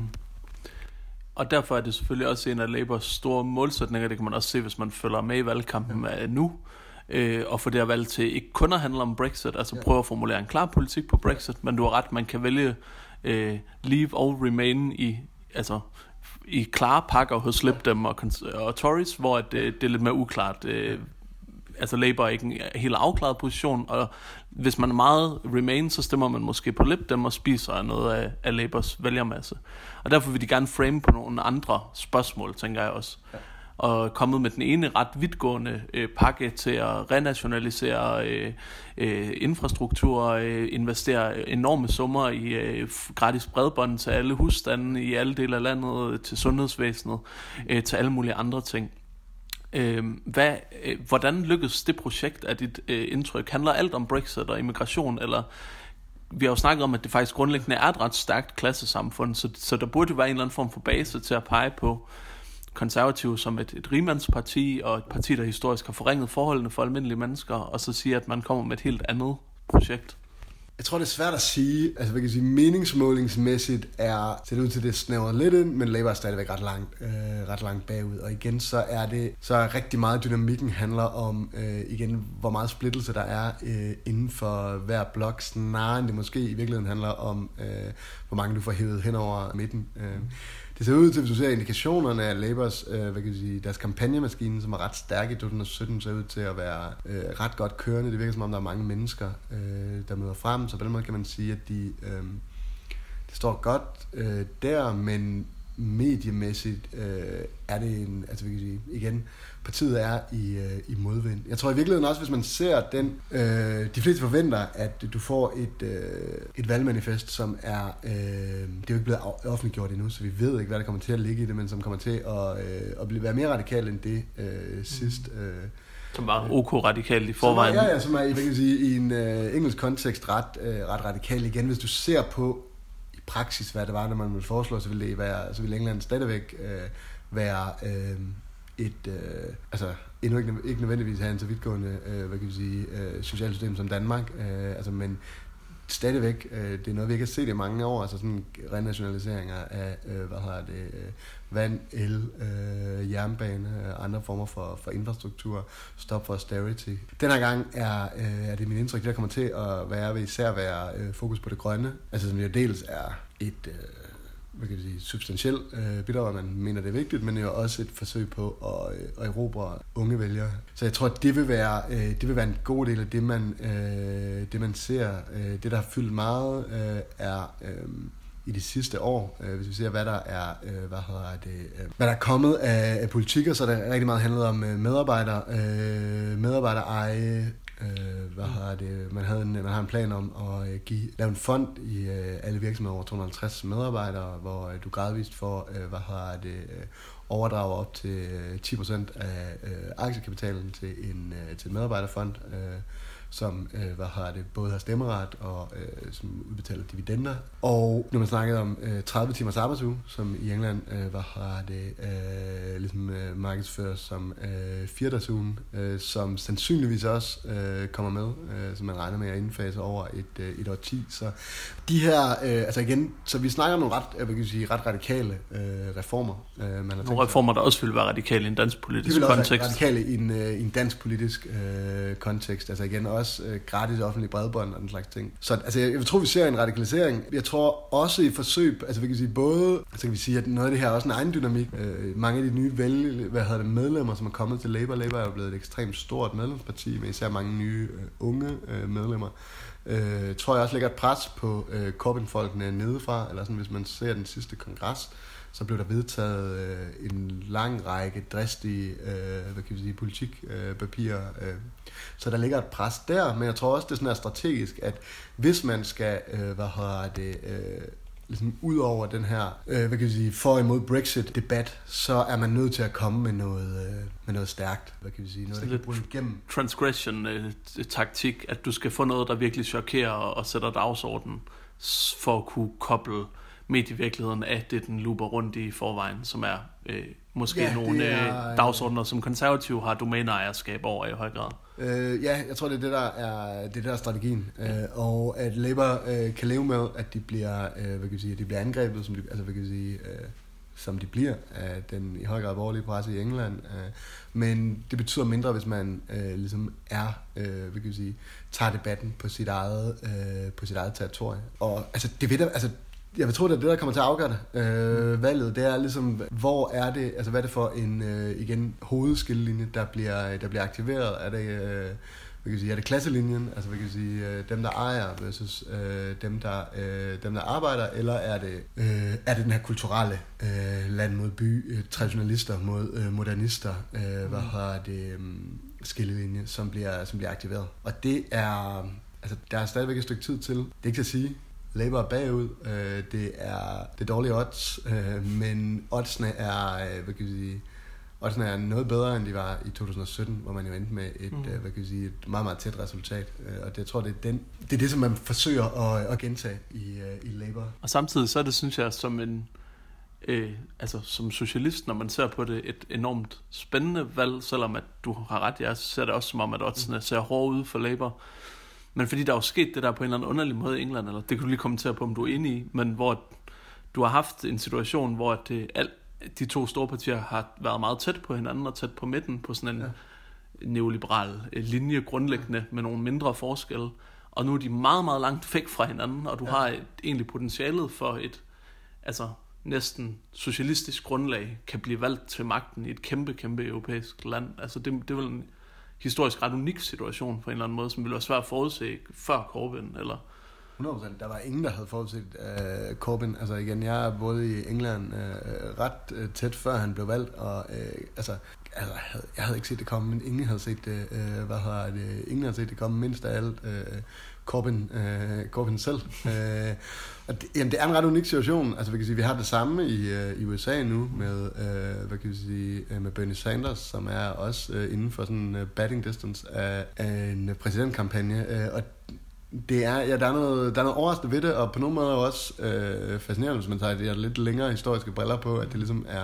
Og derfor er det selvfølgelig også en af Labours store målsætninger. Det kan man også se, hvis man følger med i valgkampen nu. Og få det her valg til ikke kun at handle om Brexit, altså prøve at formulere en klar politik på Brexit, men du har ret, man kan vælge leave og remain i klare pakker hos Lib Dem og Tories, hvor det er lidt mere uklart. Altså Labour er ikke en helt afklaret position, og hvis man er meget remain, så stemmer man måske på Lib Dem og spiser noget af Labours vælgermasse. Og derfor vil de gerne frame på nogle andre spørgsmål, tænker jeg også. Ja. Og kommet med den ene ret vidtgående pakke til at renationalisere infrastruktur, investere enorme summer i gratis bredbånd til alle husstande i alle dele af landet, til sundhedsvæsenet, til alle mulige andre ting. Hvordan lykkedes det projekt af dit indtryk? Handler alt om Brexit og immigration, eller vi har jo snakket om, at det faktisk grundlæggende er et ret stærkt klassesamfund, så der burde jo være en eller anden form for base til at pege på konservative som et rigmandsparti, og et parti, der historisk har forringet forholdene for almindelige mennesker, og så sige, at man kommer med et helt andet projekt. Jeg tror, det er svært at sige. Altså, hvad kan jeg sige, meningsmålingsmæssigt ser det ud til, at det snæver lidt ind, men Labour er stadigvæk ret langt bagud. Og igen, så er rigtig meget dynamikken handler om, igen, hvor meget splittelse der er inden for hver blok, snarere end det måske i virkeligheden handler om, hvor mange du får hævet hen over midten. Det ser ud til, hvis du ser indikationerne af Labours, deres kampagnemaskine, som er ret stærk i 2017, ser ud til at være ret godt kørende. Det virker som om, der er mange mennesker, der møder frem, så på den måde kan man sige, at det står godt der, men mediemæssigt er det igen, partiet er i modvind. Jeg tror i virkeligheden også, hvis man ser den, de fleste forventer, at du får et valgmanifest, som er, det er jo ikke blevet offentliggjort endnu, så vi ved ikke, hvad der kommer til at ligge i det, men som kommer til at være mere radikal end det sidst. Som var OK-radikalt i forvejen. Ja, som er i en engelsk kontekst ret radikal igen. Hvis du ser på i praksis, hvad det var, når man ville foreslå, så ville England stadigvæk være endnu ikke nødvendigvis have en så vidtgående socialt system som Danmark, men stadigvæk, det er noget, vi ikke har set i mange år, altså sådan renationaliseringer af, vand, el, jernbane og andre former for infrastruktur, stop for austerity. Den her gang er det min indtryk, der kommer til at især være fokus på det grønne, altså som jo dels er et substantielt bidrag, man mener det er vigtigt, men jo også et forsøg på at erobre unge vælgere. Så jeg tror, at det vil være en god del af det man ser. Det der har fyldt meget er i de sidste år, hvis vi ser hvad der er hvad der er kommet af politikker, så er der rigtig meget handlet om medarbejdereje. Man har en plan om at lave en fond i alle virksomheder over 250 medarbejdere, hvor du gradvist får overdrager op til 10% af aktiekapitalen til en medarbejderfond, som både har stemmeret og som udbetaler dividender. Og når man snakkede om 30 timers arbejdsuge, som i England markedsføres som 4-dagsugen, som sandsynligvis også kommer med, som man regner med at indfase over et årti. Så de her, så vi snakker om nogle ret radikale reformer. Nogle reformer, der også vil være radikale i en dansk politisk kontekst. De vil også være radikale i en dansk politisk kontekst. Altså igen, også gratis offentlig bredbånd og den slags ting. Så jeg tror, vi ser en radikalisering. Jeg tror også i forsøg, kan vi sige, at noget af det her er også en egen dynamik. Mange af de nye medlemmer, som er kommet til Labour. Labour er jo blevet et ekstremt stort medlemsparti, med især mange nye unge medlemmer. Tror jeg også lægger et pres på Corbyn-folkene nedefra, eller sådan, hvis man ser den sidste kongres, så blev der vedtaget en lang række dristige politikpapirer. Så der ligger et pres der, men jeg tror også, det er sådan strategisk, at hvis man skal ud over den her for imod Brexit-debat, så er man nødt til at komme med noget stærkt. Noget, der kan bruge igennem. Transgression-taktik, at du skal få noget, der virkelig chokerer og sætter dagsordenen, for at kunne koble medievirkeligheden af det, den looper rundt i forvejen, som er måske nogle dagsordner, som konservative har domæneejerskab over i høj grad. Jeg tror, det er det der er strategien. Og at Labour kan leve med, at de bliver, de bliver angrebet, som de bliver af den i høj grad borgerlige presse i England. Men det betyder mindre, hvis man ligesom tager debatten på sit eget territorie. Og altså, jeg vil tro, det er det, der kommer til at afgøre det. Valget, det er ligesom, hvor er det, altså hvad er det for en, hovedskillelinje, der bliver aktiveret? Er det, er det klasselinjen, altså dem, der ejer versus dem, der arbejder, eller er det den her kulturelle land mod by, traditionalister mod modernister, skillelinje, som bliver aktiveret. Og det er, altså der er stadigvæk et stykke tid til. Det er ikke til at sige, Labour er bagud, det er dårlige odds, men oddsene er noget bedre, end de var i 2017, hvor man jo endte med et meget, meget tæt resultat. Og det, jeg tror, det er det, som man forsøger at gentage i Labour. Og samtidig så er det, synes jeg, som som socialist, når man ser på det, et enormt spændende valg, selvom at du har ret, jeg ser det også som om, at oddsene ser hårde ud for Labour. Men fordi der er jo sket det der på en eller anden underlig måde i England, eller det kan du lige kommentere på, om du er enig i, men hvor du har haft en situation, hvor de to store partier har været meget tæt på hinanden og tæt på midten på sådan en neoliberal linje grundlæggende med nogle mindre forskelle, og nu er de meget, meget langt væk fra hinanden, og du har egentlig potentialet for et næsten socialistisk grundlag kan blive valgt til magten i et kæmpe, kæmpe europæisk land. Altså det er vel en historisk ret unik situation på en eller anden måde, som ville være svært at forudse før Corbyn, eller? 100%. Der var ingen, der havde forudset Corbyn. Altså igen, jeg er både i England ret tæt før han blev valgt, og jeg havde ikke set det komme, men ingen havde set det. Ingen havde set det komme, mindst af alt Corbyn selv. Og det er en ret unik situation. Altså vi har det samme i USA nu med med Bernie Sanders, som er også inden for sådan batting distance af en præsidentkampagne, og der er noget overraskende ved det, og på nogle måder også fascinerende, hvis man tager de lidt længere historiske briller på, at det ligesom er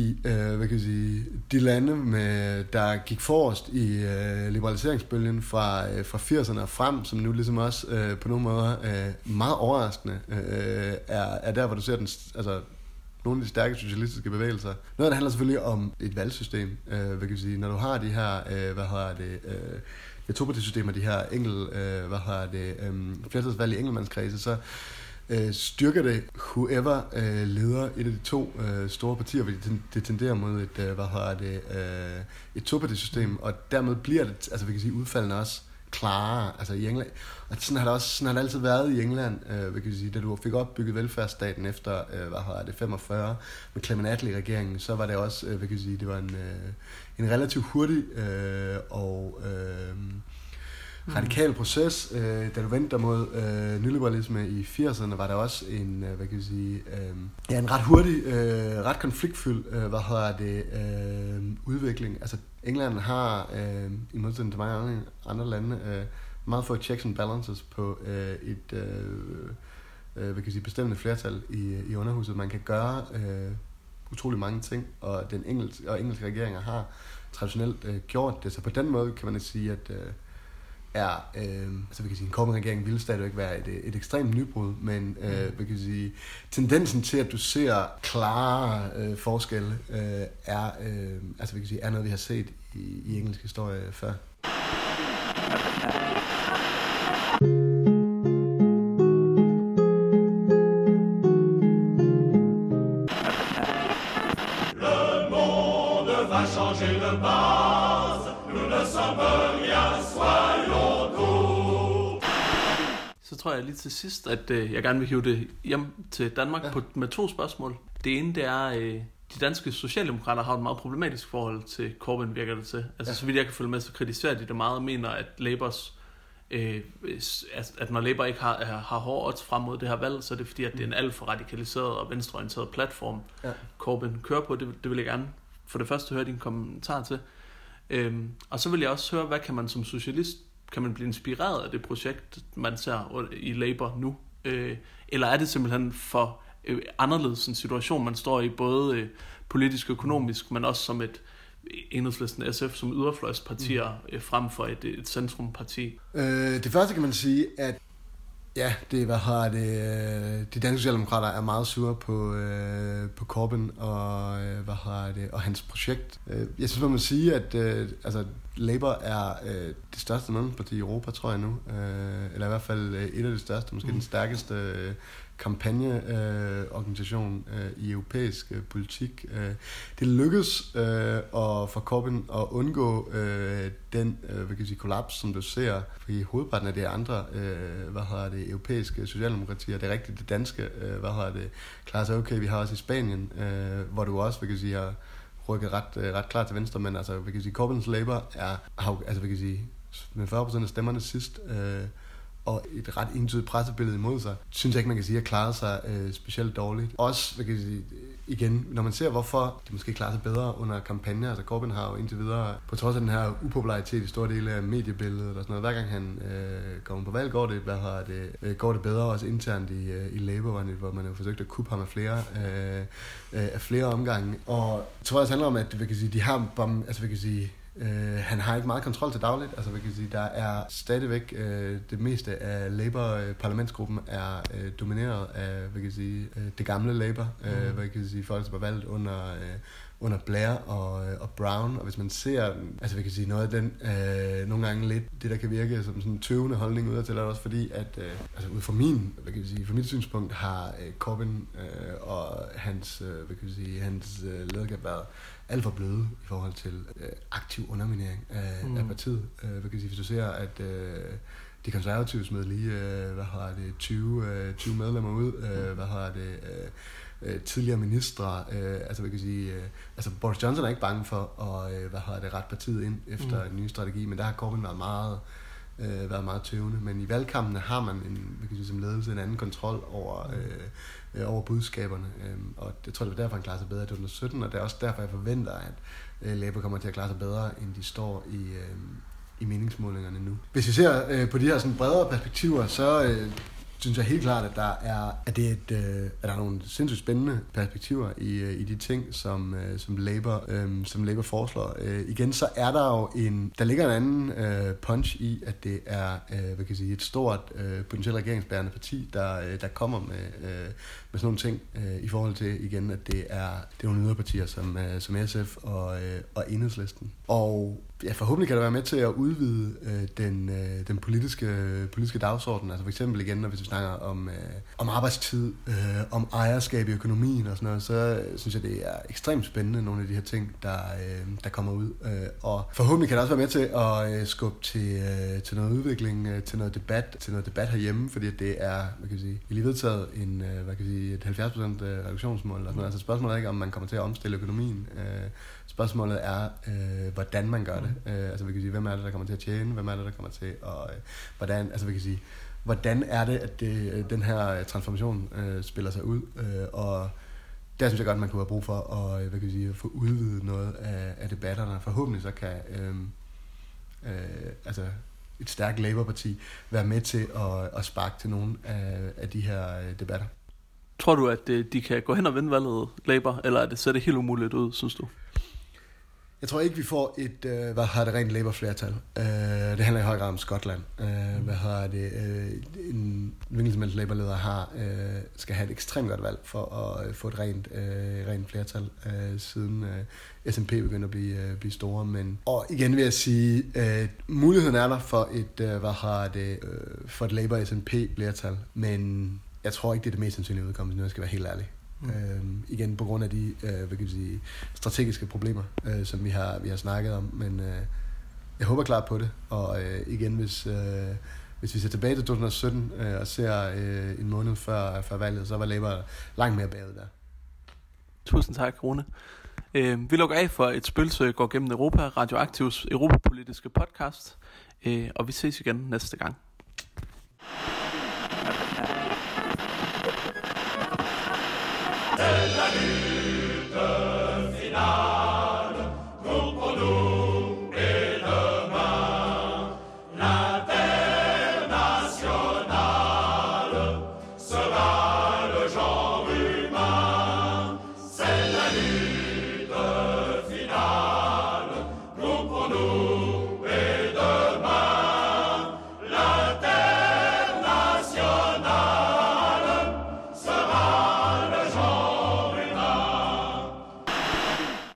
de lande, der gik forrest i liberaliseringsbølgen fra 80'erne og frem, som nu ligesom også på nogle måder meget overraskende er der, hvor du ser nogle af de stærke socialistiske bevægelser. Noget af det handler selvfølgelig om et valgsystem, når du har de her, topartisystemer, de her flertalsvalg i enkeltmandskredse, så styrker det whoever leder et af de to store partier, fordi det tenderer mod et topartisystem, og dermed bliver det, udfaldene også klarere, altså i England. Og sådan har det altid været i England, da du fik opbygget velfærdsstaten efter 45 med Clement Attlee-regeringen, så var det også, det var en relativt hurtig og radikal proces. Da du vendte dig mod nyliberalisme i 80'erne, var der også en, en ret hurtig, ret konfliktfyldt, udvikling. Altså England har, i modsætning til mange andre lande, meget få checks and balances på et bestemmende flertal i underhuset. Man kan gøre utrolig mange ting, og engelske regeringer har traditionelt gjort det. Så på den måde kan man sige, at en Corbyn-regering ville stadigvæk være et ekstremt nybrud, men tendensen til, at du ser klare forskelle, er noget, vi har set i engelsk historie før. Le monde va changer de base, nous ne sommes rien, soyons tous. Så tror jeg lige til sidst, at jeg gerne vil hive det hjem til Danmark med 2 spørgsmål. Det ene, det er, de danske socialdemokrater har et meget problematisk forhold til Corbyn, virker det til. Altså så vidt jeg kan følge med, så kritiserer de det meget og mener, at Labours at når Labour ikke har hårde odds frem mod det her valg, så er det fordi, at det er en alt for radikaliseret og venstreorienteret platform, Corbyn kører på. Det vil jeg gerne for det første høre din kommentar til. Og så vil jeg også høre, hvad kan man som socialist, kan man blive inspireret af det projekt, man ser i Labour nu? Eller er det simpelthen for anderledes en situation, man står i, både politisk og økonomisk, men også som et Enhedslisten SF som yderfløjspartier frem for et centrumparti. Det første kan man sige, at ja, det de danske socialdemokrater er meget sure på Corbyn og og hans projekt. Jeg synes man må sige, at Labour er det største medlemsparti i Europa, tror jeg nu, eller i hvert fald et af de største, måske den stærkeste kampagneorganisation i europæisk politik. Det lykkedes for Corbyn at undgå den kollaps, som du ser i hovedparten af de andre europæiske socialdemokratier. Det er rigtigt, det danske klarer sig okay. Vi har også i Spanien, hvor du også har rykket ret klart til venstre, men Corbyns Labour har med 40% af stemmerne sidst, og et ret entydigt pressebillede imod sig, synes jeg ikke, man kan sige, at klare sig specielt dårligt. Også, igen, når man ser, hvorfor de måske klarer sig bedre under kampagner, altså Corbyn har jo indtil videre, på trods af den her upopularitet i store dele af mediebilledet og sådan noget, hver gang han kommer på valg, går det bedre, også internt i Labour, hvor man har forsøgt at kuppe ham af flere omgange. Og jeg tror også handler om, at de har han har ikke meget kontrol til dagligt. Der er stadigvæk det meste af Labour-parlamentsgruppen er domineret af det gamle Labour. Folk, som er valgt under Blair og Brown. Og hvis man ser noget af den nogle gange lidt det, der kan virke som sådan en tøvende holdning udadtil, er det også fordi, at ud fra fra mit synspunkt har Corbyn og hans lederskab været alt for bløde i forhold til aktiv underminering af partiet. Hvis du ser, at de konservative smed lige 20 medlemmer ud, tidligere ministre, Boris Johnson er ikke bange for at rette partiet ind efter en ny strategi, men der har Corbyn været meget tøvende. Men i valgkampene har man som ledelse en anden kontrol over budskaberne, og jeg tror, det var derfor, han klarer sig bedre i 2017, og det er også derfor, jeg forventer, at Labour kommer til at klare sig bedre, end de står i meningsmålingerne nu. Hvis vi ser på de her sådan bredere perspektiver, så synes jeg helt klart, at der er nogle sindssygt spændende perspektiver i de ting, som Labour foreslår. Igen, så er der jo der ligger en anden punch i, at det er et stort potentielt regeringsbærende parti, der kommer med sådan nogle ting i forhold til igen, at det er nogle yderpartier som SF og Enhedslisten. Og ja, forhåbentlig kan det være med til at udvide den politiske dagsorden. Altså for eksempel igen, når vi snakker om arbejdstid, om ejerskab i økonomien og sådan noget, så synes jeg, det er ekstremt spændende, nogle af de her ting, der kommer ud. Og forhåbentlig kan det også være med til at skubbe til noget udvikling, til noget debat herhjemme, fordi det er, vi lige vedtaget et 70% reduktionsmål. Og sådan noget. Altså spørgsmålet er ikke, om man kommer til at omstille økonomien. Spørgsmålet er, hvordan man gør det. Hvem er det, der kommer til at tjene? Hvem er det, der kommer til at... hvordan er det, at den her transformation spiller sig ud? Og der synes jeg godt, man kunne have brug for at få udvidet noget af debatterne. Forhåbentlig så kan et stærkt Labour-parti være med til at sparke til nogle af de her debatter. Tror du, at de kan gå hen og vinde valget, Labour, eller ser det helt umuligt ud, synes du? Jeg tror ikke, vi får et rent Labour-flertal. Det handler i høj grad om Skotland. En hvilken som helst Labour-leder skal have et ekstremt godt valg for at få et rent flertal, siden SNP begynder at blive store. Og igen vil jeg sige, muligheden er der for et Labour-SNP-flertal, men jeg tror ikke, det er det mest sandsynlige udkommelse, når jeg skal være helt ærlig. Igen på grund af de strategiske problemer, som vi har snakket om, men jeg håber klart på det, og igen hvis vi ser tilbage til 2017 og ser en måned før valget, så var Labour langt mere bagud der. Tusind tak, Rune. Vi lukker af for et spølsøg går gennem Europa, Radioaktivs europapolitiske podcast, og vi ses igen næste gang. C'est la lutte